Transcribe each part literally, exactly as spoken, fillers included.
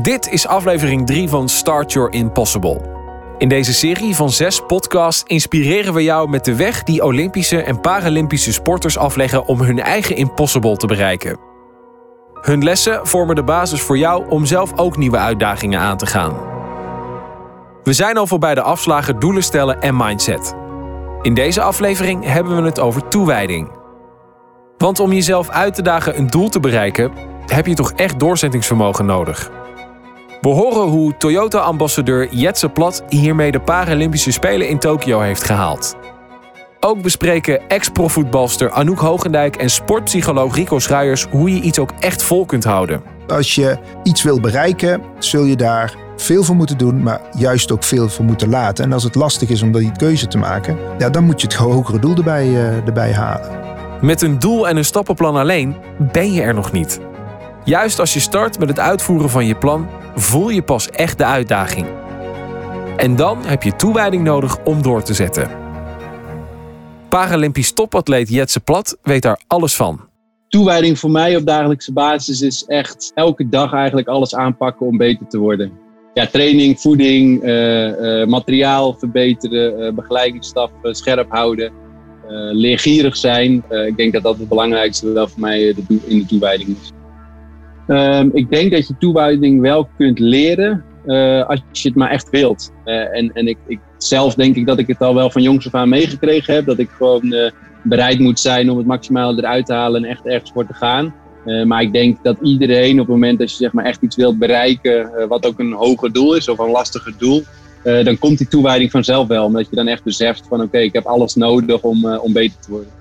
Dit is aflevering drie van Start Your Impossible. In deze serie van zes podcasts inspireren we jou met de weg die Olympische en Paralympische sporters afleggen om hun eigen impossible te bereiken. Hun lessen vormen de basis voor jou om zelf ook nieuwe uitdagingen aan te gaan. We zijn al voorbij de afslagen, doelen stellen en mindset. In deze aflevering hebben we het over toewijding. Want om jezelf uit te dagen een doel te bereiken, heb je toch echt doorzettingsvermogen nodig. We horen hoe Toyota-ambassadeur Jetse Plat hiermee de Paralympische Spelen in Tokio heeft gehaald. Ook bespreken ex-profvoetbalster Anouk Hoogendijk en sportpsycholoog Rico Schruijers hoe je iets ook echt vol kunt houden. Als je iets wil bereiken, zul je daar veel voor moeten doen, maar juist ook veel voor moeten laten. En als het lastig is om die keuze te maken, ja, dan moet je het hogere doel erbij, uh, erbij halen. Met een doel en een stappenplan alleen ben je er nog niet. Juist als je start met het uitvoeren van je plan, voel je pas echt de uitdaging. En dan heb je toewijding nodig om door te zetten. Paralympisch topatleet Jetse Plat weet daar alles van. Toewijding voor mij op dagelijkse basis is echt elke dag eigenlijk alles aanpakken om beter te worden. Ja, training, voeding, uh, uh, materiaal verbeteren, uh, begeleidingsstaf uh, scherp houden, uh, leergierig zijn. Uh, ik denk dat dat het belangrijkste wel voor mij uh, de to- in de toewijding is. Um, ik denk dat je toewijding wel kunt leren uh, als je het maar echt wilt. Uh, en en ik, ik, zelf denk ik dat ik het al wel van jongs af aan meegekregen heb. Dat ik gewoon uh, bereid moet zijn om het maximaal eruit te halen en echt ergens voor te gaan. Uh, maar ik denk dat iedereen op het moment dat je zeg maar, echt iets wilt bereiken, uh, wat ook een hoger doel is of een lastiger doel, uh, dan komt die toewijding vanzelf wel. Omdat je dan echt beseft van oké, okay, ik heb alles nodig om, uh, om beter te worden.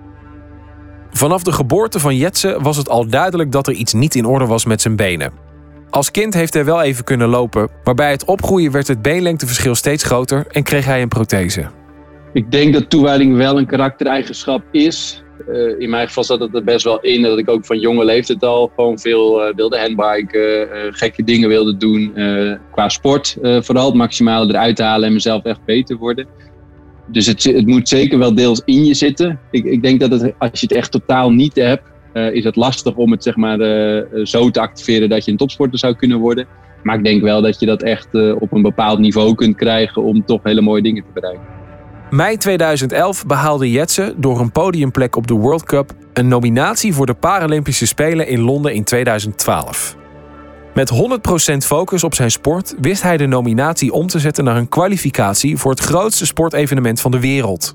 Vanaf de geboorte van Jetse was het al duidelijk dat er iets niet in orde was met zijn benen. Als kind heeft hij wel even kunnen lopen, maar bij het opgroeien werd het beenlengteverschil steeds groter en kreeg hij een prothese. Ik denk dat toewijding wel een karaktereigenschap is. Uh, in mijn geval zat het er best wel in dat ik ook van jonge leeftijd al gewoon veel uh, wilde handbiken, uh, gekke dingen wilde doen. Uh, qua sport uh, vooral het maximale eruit halen en mezelf echt beter worden. Dus het, het moet zeker wel deels in je zitten. Ik, ik denk dat het, als je het echt totaal niet hebt, uh, is het lastig om het zeg maar, uh, zo te activeren dat je een topsporter zou kunnen worden. Maar ik denk wel dat je dat echt uh, op een bepaald niveau kunt krijgen om toch hele mooie dingen te bereiken. Mei tweeduizend elf behaalde Jetse door een podiumplek op de World Cup een nominatie voor de Paralympische Spelen in Londen in tweeduizend twaalf. Met honderd procent focus op zijn sport wist hij de nominatie om te zetten naar een kwalificatie voor het grootste sportevenement van de wereld.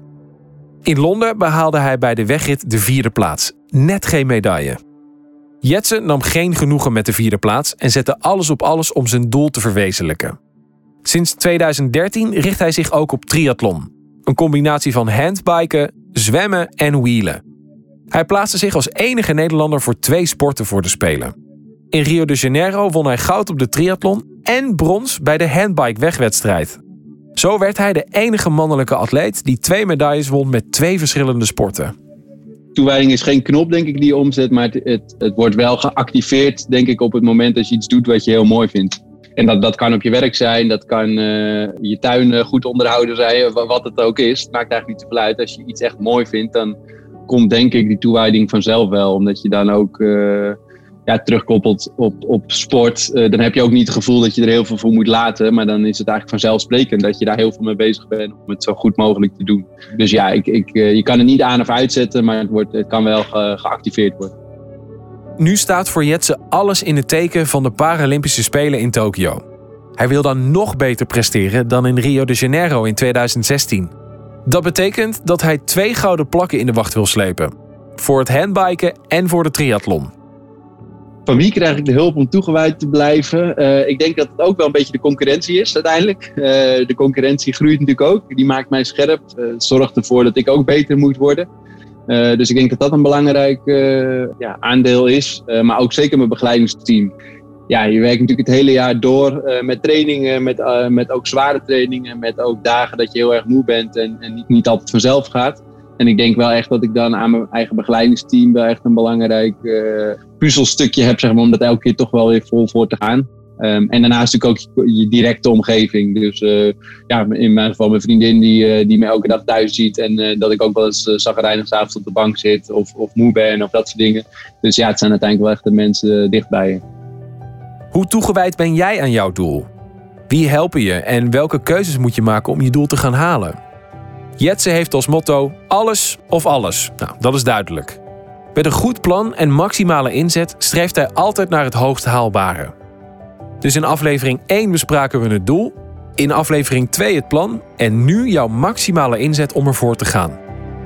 In Londen behaalde hij bij de wegrit de vierde plaats, net geen medaille. Jetse nam geen genoegen met de vierde plaats en zette alles op alles om zijn doel te verwezenlijken. Sinds tweeduizend dertien richt hij zich ook op triathlon, een combinatie van handbiken, zwemmen en wielen. Hij plaatste zich als enige Nederlander voor twee sporten voor de Spelen. In Rio de Janeiro won hij goud op de triathlon en brons bij de handbike-wegwedstrijd. Zo werd hij de enige mannelijke atleet die twee medailles won met twee verschillende sporten. Toewijding is geen knop, denk ik, die je omzet, maar het, het, het wordt wel geactiveerd, denk ik, op het moment dat je iets doet wat je heel mooi vindt. En dat, dat kan op je werk zijn, dat kan uh, je tuin uh, goed onderhouden zijn, wat het ook is. Het maakt eigenlijk niet zoveel uit. Als je iets echt mooi vindt, dan komt, denk ik, die toewijding vanzelf wel. Omdat je dan ook Uh, Ja, terugkoppelt op, op sport, uh, dan heb je ook niet het gevoel dat je er heel veel voor moet laten. Maar dan is het eigenlijk vanzelfsprekend dat je daar heel veel mee bezig bent om het zo goed mogelijk te doen. Dus ja, ik, ik, uh, je kan het niet aan of uitzetten, maar het, wordt, het kan wel ge, geactiveerd worden. Nu staat voor Jetse alles in het teken van de Paralympische Spelen in Tokio. Hij wil dan nog beter presteren dan in Rio de Janeiro in tweeduizend zestien. Dat betekent dat hij twee gouden plakken in de wacht wil slepen. Voor het handbiken en voor de triathlon. Van wie krijg ik de hulp om toegewijd te blijven? Uh, ik denk dat het ook wel een beetje de concurrentie is uiteindelijk. Uh, de concurrentie groeit natuurlijk ook. Die maakt mij scherp. Uh, zorgt ervoor dat ik ook beter moet worden. Uh, dus ik denk dat dat een belangrijk uh, ja, aandeel is. Uh, maar ook zeker mijn begeleidingsteam. Ja, je werkt natuurlijk het hele jaar door uh, met trainingen. Met, uh, met ook zware trainingen. Met ook dagen dat je heel erg moe bent. En, en niet, niet altijd vanzelf gaat. En ik denk wel echt dat ik dan aan mijn eigen begeleidingsteam wel echt een belangrijk uh, puzzelstukje heb, zeg maar, om dat elke keer toch wel weer vol voor te gaan. Um, en daarnaast natuurlijk ook je, je directe omgeving. Dus uh, ja, in mijn geval mijn vriendin die, uh, die me elke dag thuis ziet. En uh, dat ik ook wel eens uh, chagrijnig 's avonds op de bank zit of, of moe ben of dat soort dingen. Dus ja, het zijn uiteindelijk wel echt de mensen uh, dichtbij je. Hoe toegewijd ben jij aan jouw doel? Wie helpen je en welke keuzes moet je maken om je doel te gaan halen? Jetse heeft als motto alles of alles. Nou, dat is duidelijk. Met een goed plan en maximale inzet streeft hij altijd naar het hoogst haalbare. Dus in aflevering één bespraken we het doel, in aflevering twee het plan en nu jouw maximale inzet om ervoor te gaan.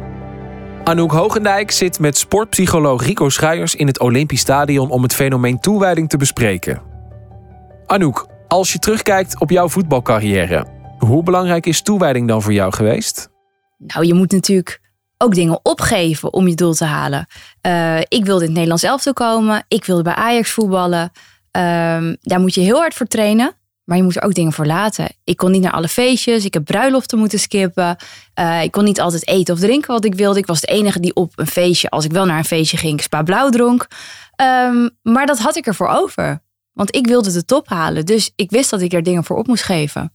Anouk Hoogendijk zit met sportpsycholoog Rico Schuijers in het Olympisch Stadion om het fenomeen toewijding te bespreken. Anouk, als je terugkijkt op jouw voetbalcarrière, hoe belangrijk is toewijding dan voor jou geweest? Nou, je moet natuurlijk ook dingen opgeven om je doel te halen. Uh, ik wilde in het Nederlands elftal komen. Ik wilde bij Ajax voetballen. Uh, daar moet je heel hard voor trainen. Maar je moet er ook dingen voor laten. Ik kon niet naar alle feestjes. Ik heb bruiloften moeten skippen. Uh, ik kon niet altijd eten of drinken wat ik wilde. Ik was de enige die op een feestje, als ik wel naar een feestje ging, Spa Blauw dronk. Um, maar dat had ik ervoor over. Want ik wilde de top halen. Dus ik wist dat ik er dingen voor op moest geven.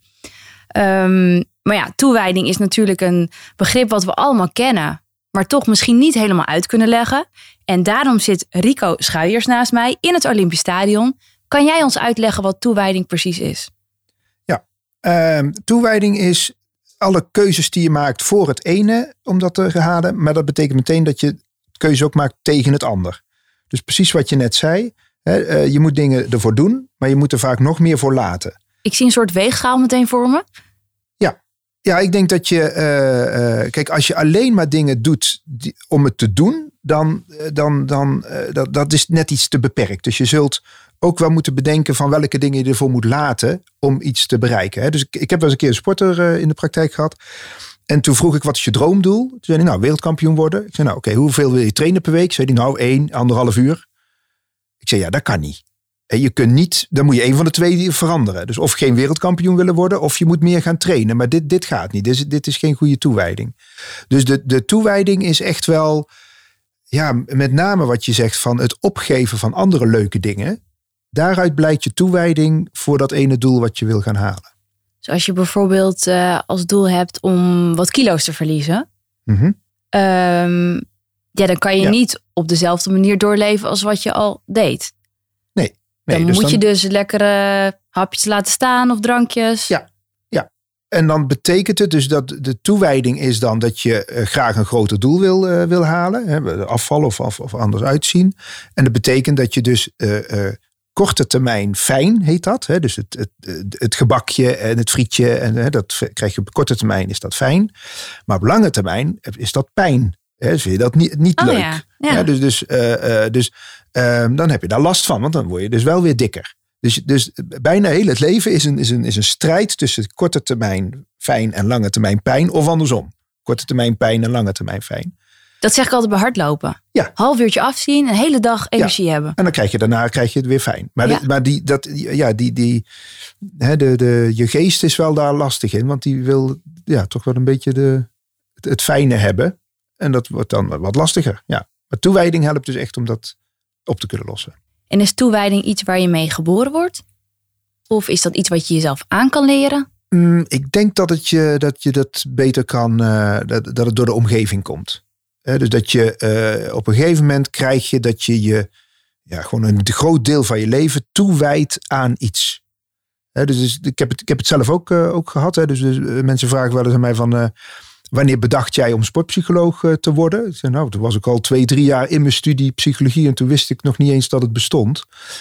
Um, maar ja, toewijding is natuurlijk een begrip wat we allemaal kennen. Maar toch misschien niet helemaal uit kunnen leggen. En daarom zit Rico Schuijers naast mij in het Olympisch Stadion. Kan jij ons uitleggen wat toewijding precies is? Ja, uh, toewijding is alle keuzes die je maakt voor het ene om dat te halen. Maar dat betekent meteen dat je keuze ook maakt tegen het ander. Dus precies wat je net zei. Hè, uh, je moet dingen ervoor doen, maar je moet er vaak nog meer voor laten. Ik zie een soort weegschaal meteen voor me. Ja, ja ik denk dat je... Uh, uh, kijk, als je alleen maar dingen doet die, om het te doen, dan, dan, dan uh, dat, dat is net iets te beperkt. Dus je zult ook wel moeten bedenken van welke dingen je ervoor moet laten om iets te bereiken. Hè? Dus ik, ik heb wel eens een keer een sporter uh, in de praktijk gehad. En toen vroeg ik, wat is je droomdoel? Toen zei hij, nou, wereldkampioen worden. Ik zei, nou, oké, okay, hoeveel wil je trainen per week? Zei hij, nou, één, anderhalf uur. Ik zei, ja, dat kan niet. En je kunt niet, dan moet je één van de twee veranderen. Dus of geen wereldkampioen willen worden, of je moet meer gaan trainen. Maar dit, dit gaat niet. Dit is, dit is geen goede toewijding. Dus de, de toewijding is echt wel, ja, met name wat je zegt van het opgeven van andere leuke dingen. Daaruit blijkt je toewijding voor dat ene doel wat je wil gaan halen. Zoals je bijvoorbeeld uh, als doel hebt om wat kilo's te verliezen. Mm-hmm. Um, ja, dan kan je ja. niet op dezelfde manier doorleven als wat je al deed. Nee. nee dan dus moet dan... je dus lekkere hapjes laten staan of drankjes. Ja, ja. En dan betekent het dus dat de toewijding is dan dat je uh, graag een groter doel wil, uh, wil halen. Hè, afvallen of, of, of anders uitzien. En dat betekent dat je dus uh, uh, korte termijn fijn heet dat. Hè, dus het, het, het gebakje en het frietje. En, hè, dat krijg je op korte termijn is dat fijn. Maar op lange termijn is dat pijn. Hè, dus vind je dat niet, niet oh, leuk. Ja. Ja. Ja, dus dus, uh, uh, dus uh, dan heb je daar last van. Want dan word je dus wel weer dikker. Dus, dus bijna heel het leven is een, is, een, is een strijd tussen korte termijn fijn en lange termijn pijn. Of andersom. Korte termijn pijn en lange termijn fijn. Dat zeg ik altijd bij hardlopen. Ja. Half uurtje afzien, een hele dag energie ja. hebben. En dan krijg je daarna krijg je het weer fijn. Maar, ja. de, maar die, dat, ja, die, die, hè, de, de, je geest is wel daar lastig in. Want die wil ja, toch wel een beetje de, het, het fijne hebben. En dat wordt dan wat lastiger. Ja. Maar toewijding helpt dus echt om dat op te kunnen lossen. En is toewijding iets waar je mee geboren wordt? Of is dat iets wat je jezelf aan kan leren? Mm, ik denk dat, het je, dat je dat beter kan, uh, dat, dat het door de omgeving komt. He, dus dat je uh, op een gegeven moment krijg je dat je je ja, gewoon een groot deel van je leven toewijdt aan iets. He, dus, dus ik, heb het, ik heb het zelf ook, uh, ook gehad. Hè. Dus, dus uh, mensen vragen wel eens aan mij van uh, wanneer bedacht jij om sportpsycholoog uh, te worden? Ik zei, nou, toen was ik al twee, drie jaar in mijn studie psychologie en toen wist ik nog niet eens dat het bestond.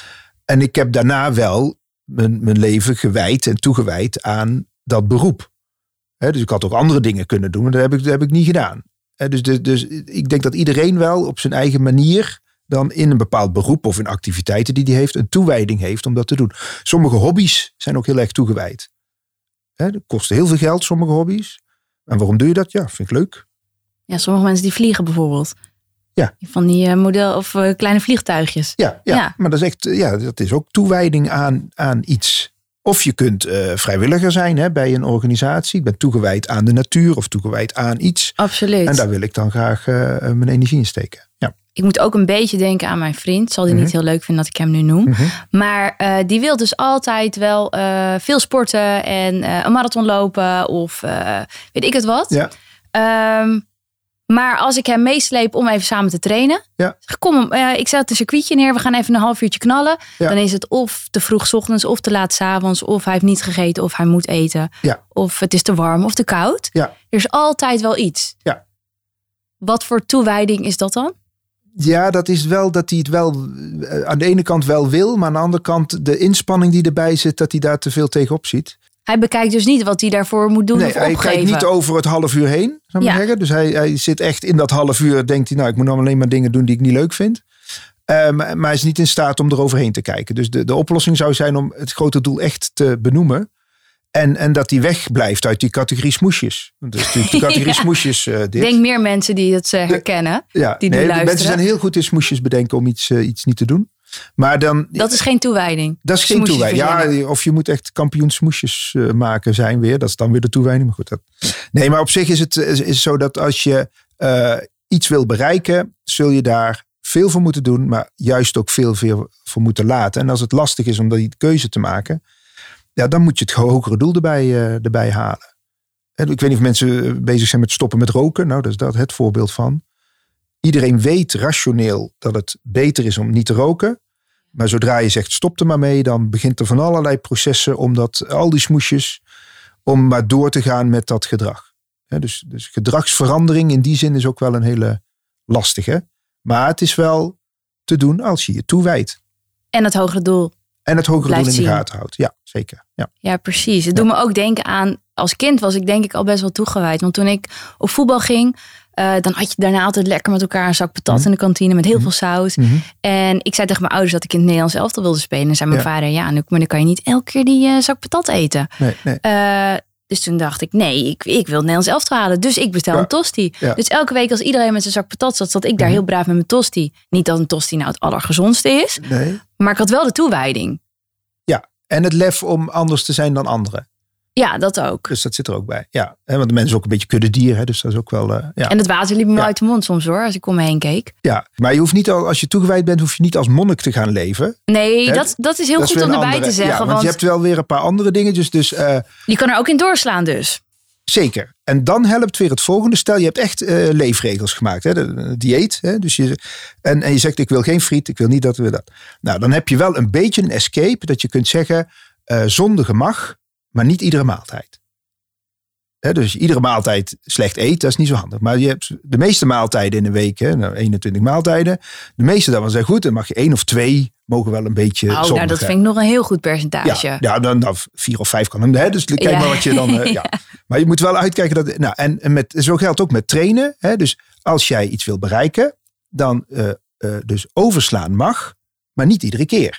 En ik heb daarna wel mijn, mijn leven gewijd en toegewijd aan dat beroep. He, dus ik had ook andere dingen kunnen doen, maar dat heb ik, dat heb ik niet gedaan. Dus, dus, dus ik denk dat iedereen wel op zijn eigen manier dan in een bepaald beroep of in activiteiten die hij heeft, een toewijding heeft om dat te doen. Sommige hobby's zijn ook heel erg toegewijd. Hè, dat kost heel veel geld, sommige hobby's. En waarom doe je dat? Ja, vind ik leuk. Ja, sommige mensen die vliegen bijvoorbeeld. Ja. Van die uh, model of uh, kleine vliegtuigjes. Ja, ja, ja, maar dat is echt, ja, dat is ook toewijding aan, aan iets. Of je kunt uh, vrijwilliger zijn hè, bij een organisatie. Ik ben toegewijd aan de natuur of toegewijd aan iets. Absoluut. En daar wil ik dan graag uh, mijn energie in steken. Ja. Ik moet ook een beetje denken aan mijn vriend. Zal die mm-hmm. niet heel leuk vinden dat ik hem nu noem. Mm-hmm. Maar uh, die wil dus altijd wel uh, veel sporten en uh, een marathon lopen of uh, weet ik het wat. Ja. Um, Maar als ik hem meesleep om even samen te trainen. Ja. Zeg, kom, uh, ik zet een circuitje neer. We gaan even een half uurtje knallen. Ja. Dan is het of te vroeg 's ochtends of te laat 's avonds. Of hij heeft niet gegeten of hij moet eten. Ja. Of het is te warm of te koud. Ja. Er is altijd wel iets. Ja. Wat voor toewijding is dat dan? Ja, dat is wel dat hij het wel aan de ene kant wel wil. Maar aan de andere kant de inspanning die erbij zit. Dat hij daar te veel tegenop ziet. Hij bekijkt dus niet wat hij daarvoor moet doen Nee, of hij opgeven. kijkt niet over het half uur heen. Zou ik Ja. zeggen. Dus hij, hij zit echt in dat half uur. Denkt hij, nou, ik moet dan alleen maar dingen doen die ik niet leuk vind. Uh, maar, maar hij is niet in staat om eroverheen te kijken. Dus de, de oplossing zou zijn om het grote doel echt te benoemen. En, en dat hij wegblijft uit die categorie smoesjes. Want dat is natuurlijk de categorie Ja. smoesjes. Uh, dit. Ik denk meer mensen die het uh, herkennen. Ja, die nee, die de mensen luisteren. zijn heel goed in smoesjes bedenken om iets, uh, iets niet te doen. Maar dan, Dat is geen toewijding. dat is geen Smoesjes toewijding. verzinnen. Ja, of je moet echt kampioen smoesjes uh, maken zijn weer. Dat is dan weer de toewijding. Maar goed, dat... Nee, maar op zich is het is, is zo dat als je uh, iets wil bereiken, zul je daar veel voor moeten doen, maar juist ook veel, veel voor moeten laten. En als het lastig is om die keuze te maken, ja, dan moet je het hogere doel erbij, uh, erbij halen. En ik weet niet of mensen bezig zijn met stoppen met roken. Nou, dat is dat het voorbeeld van. Iedereen weet rationeel dat het beter is om niet te roken. Maar zodra je zegt stop er maar mee, dan begint er van allerlei processen om dat, al die smoesjes, om maar door te gaan met dat gedrag. Ja, dus, dus gedragsverandering in die zin is ook wel een hele lastige. Maar het is wel te doen als je je toewijdt. En het hogere doel. En het hogere Blijft doel in de zien. gaten houdt. Ja, zeker. Ja. Ja, precies. Het doet me ook denken aan, als kind was ik denk ik al best wel toegewijd. Want toen ik op voetbal ging, uh, dan had je daarna altijd lekker met elkaar een zak patat Mm. in de kantine met heel Mm. veel saus. Mm-hmm. En ik zei tegen mijn ouders dat ik in het Nederlands elftal wilde spelen. En zei mijn Ja. vader, ja, nu, maar dan kan je niet elke keer die uh, zak patat eten. Nee, nee. Uh, dus toen dacht ik, nee, ik, ik wil het Nederlands elftal halen. Dus ik bestel Ja. een tosti. Ja. Dus elke week als iedereen met zijn zak patat zat, zat ik daar Mhm. heel braaf met mijn tosti. Niet dat een tosti nou het allergezondste is. nee. Maar ik had wel de toewijding. Ja, en het lef om anders te zijn dan anderen. Ja, dat ook. Dus dat zit er ook bij. Ja, hè, want de mensen is ook een beetje kuddedier. Hè, dus dat is ook wel... Uh, ja. En het water liep me Ja. uit de mond soms hoor, als ik om me heen keek. ja, maar je hoeft niet, al, als je toegewijd bent, hoef je niet als monnik te gaan leven. Nee, Hè? dat, dat is heel Dat is goed weer om een erbij andere- te zeggen. Ja, want, want je hebt wel weer een paar andere dingen. Dus, dus uh, je kan er ook in doorslaan dus. zeker. En dan helpt weer het volgende. Stel, je hebt echt uh, leefregels gemaakt. Hè, de, de dieet. Hè, dus je, en, en je zegt, ik wil geen friet. Ik wil niet dat we dat. Nou, dan heb je wel een beetje een escape. Dat je kunt zeggen, uh, zondigen mag, maar niet iedere maaltijd. He, dus iedere maaltijd slecht eten, dat is niet zo handig. Maar je hebt de meeste maaltijden in een week, hè, nou, eenentwintig maaltijden. De meeste daarvan zijn goed. Dan mag je één of twee, mogen wel een beetje Oh, zondig nou, dat zijn. vind ik nog een heel goed percentage. Ja, ja dan, dan vier of vijf kan hem. Hè, dus kijk Ja. maar wat je dan... Uh, ja. Maar je moet wel uitkijken. Dat, nou, en en met, zo geldt ook met trainen. Hè, dus als jij iets wil bereiken, dan uh, uh, dus overslaan mag, maar niet iedere keer.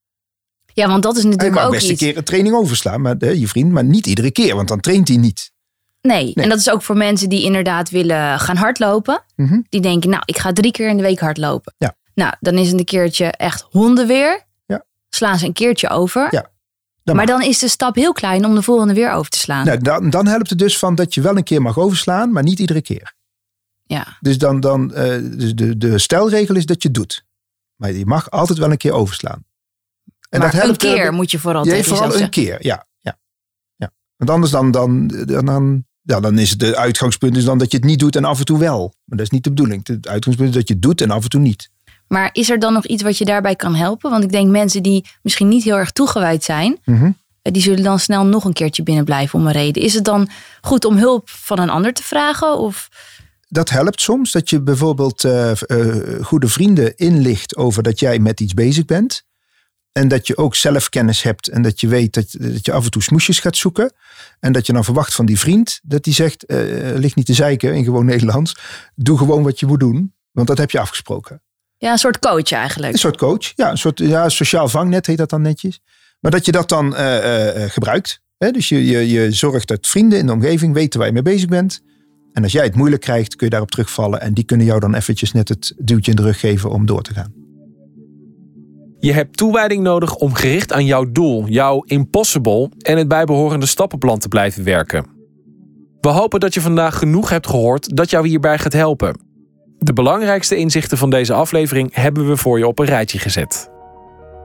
Ja, want dat is Je natuurlijk mag ook best een iets. keer een training overslaan, maar, uh, je vriend, maar niet iedere keer. Want dan traint hij niet. Nee. Nee. en dat is ook voor mensen die inderdaad willen gaan hardlopen. Mm-hmm. Die denken, nou, ik ga drie keer in de week hardlopen. Ja. Nou, dan is het een keertje echt hondenweer. Ja. Slaan ze een keertje over. Ja. Dan maar mag. dan is de stap heel klein om de volgende weer over te slaan. Nou, dan, dan helpt het dus van dat je wel een keer mag overslaan, maar niet iedere keer. Ja. Dus dan, dan uh, dus de, de stelregel is dat je het doet. Maar je mag altijd wel een keer overslaan. En maar dat helpt een keer uh, moet je vooral ja, tegen vooral jezelf een zeggen. keer, ja, ja, ja. Want anders dan, dan, dan, dan, ja, dan is het de uitgangspunt is dan dat je het niet doet en af en toe wel. Maar dat is niet de bedoeling. Het uitgangspunt is dat je het doet en af en toe niet. Maar is er dan nog iets wat je daarbij kan helpen? Want ik denk mensen die misschien niet heel erg toegewijd zijn, Mm-hmm. die zullen dan snel nog een keertje binnen blijven om een reden. Is het dan goed om hulp van een ander te vragen? Of... Dat helpt soms. Dat je bijvoorbeeld uh, uh, goede vrienden inlicht over dat jij met iets bezig bent. En dat je ook zelfkennis hebt. En dat je weet dat, dat je af en toe smoesjes gaat zoeken. En dat je dan verwacht van die vriend dat die zegt, uh, ligt niet te zeiken in gewoon Nederlands. Doe gewoon wat je moet doen. Want dat heb je afgesproken. Ja, een soort coach eigenlijk. Een soort coach. Ja, een soort ja, sociaal vangnet heet dat dan netjes. Maar dat je dat dan uh, uh, gebruikt. Hè? Dus je, je, je zorgt dat vrienden in de omgeving weten waar je mee bezig bent. En als jij het moeilijk krijgt, kun je daarop terugvallen. En die kunnen jou dan eventjes net het duwtje in de rug geven om door te gaan. Je hebt toewijding nodig om gericht aan jouw doel, jouw impossible en het bijbehorende stappenplan te blijven werken. We hopen dat je vandaag genoeg hebt gehoord dat jou hierbij gaat helpen. De belangrijkste inzichten van deze aflevering hebben we voor je op een rijtje gezet.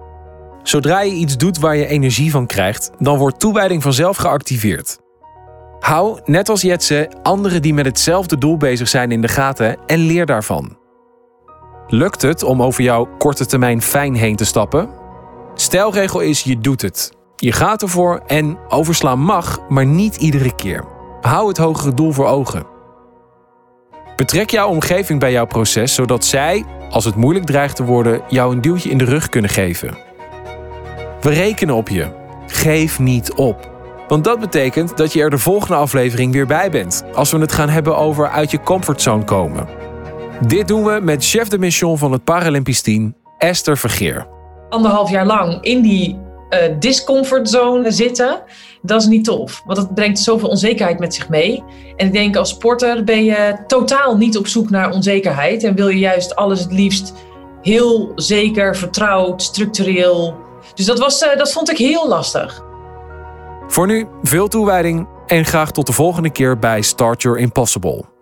Zodra je iets doet waar je energie van krijgt, dan wordt toewijding vanzelf geactiveerd. Hou, net als Jetse, anderen die met hetzelfde doel bezig zijn in de gaten en leer daarvan. Lukt het om over jouw korte termijn fijn heen te stappen? Stelregel is, je doet het. Je gaat ervoor en overslaan mag, maar niet iedere keer. Hou het hogere doel voor ogen. Betrek jouw omgeving bij jouw proces, zodat zij, als het moeilijk dreigt te worden, jou een duwtje in de rug kunnen geven. We rekenen op je. Geef niet op. Want dat betekent dat je er de volgende aflevering weer bij bent, als we het gaan hebben over uit je comfortzone komen. Dit doen we met chef de mission van het Paralympisch team, Esther Vergeer. Anderhalf jaar lang in die uh, discomfortzone zitten, dat is niet tof. Want dat brengt zoveel onzekerheid met zich mee. En ik denk als sporter ben je totaal niet op zoek naar onzekerheid. En wil je juist alles het liefst heel zeker, vertrouwd, structureel. Dus dat, was, uh, dat vond ik heel lastig. Voor nu veel toewijding en graag tot de volgende keer bij Start Your Impossible.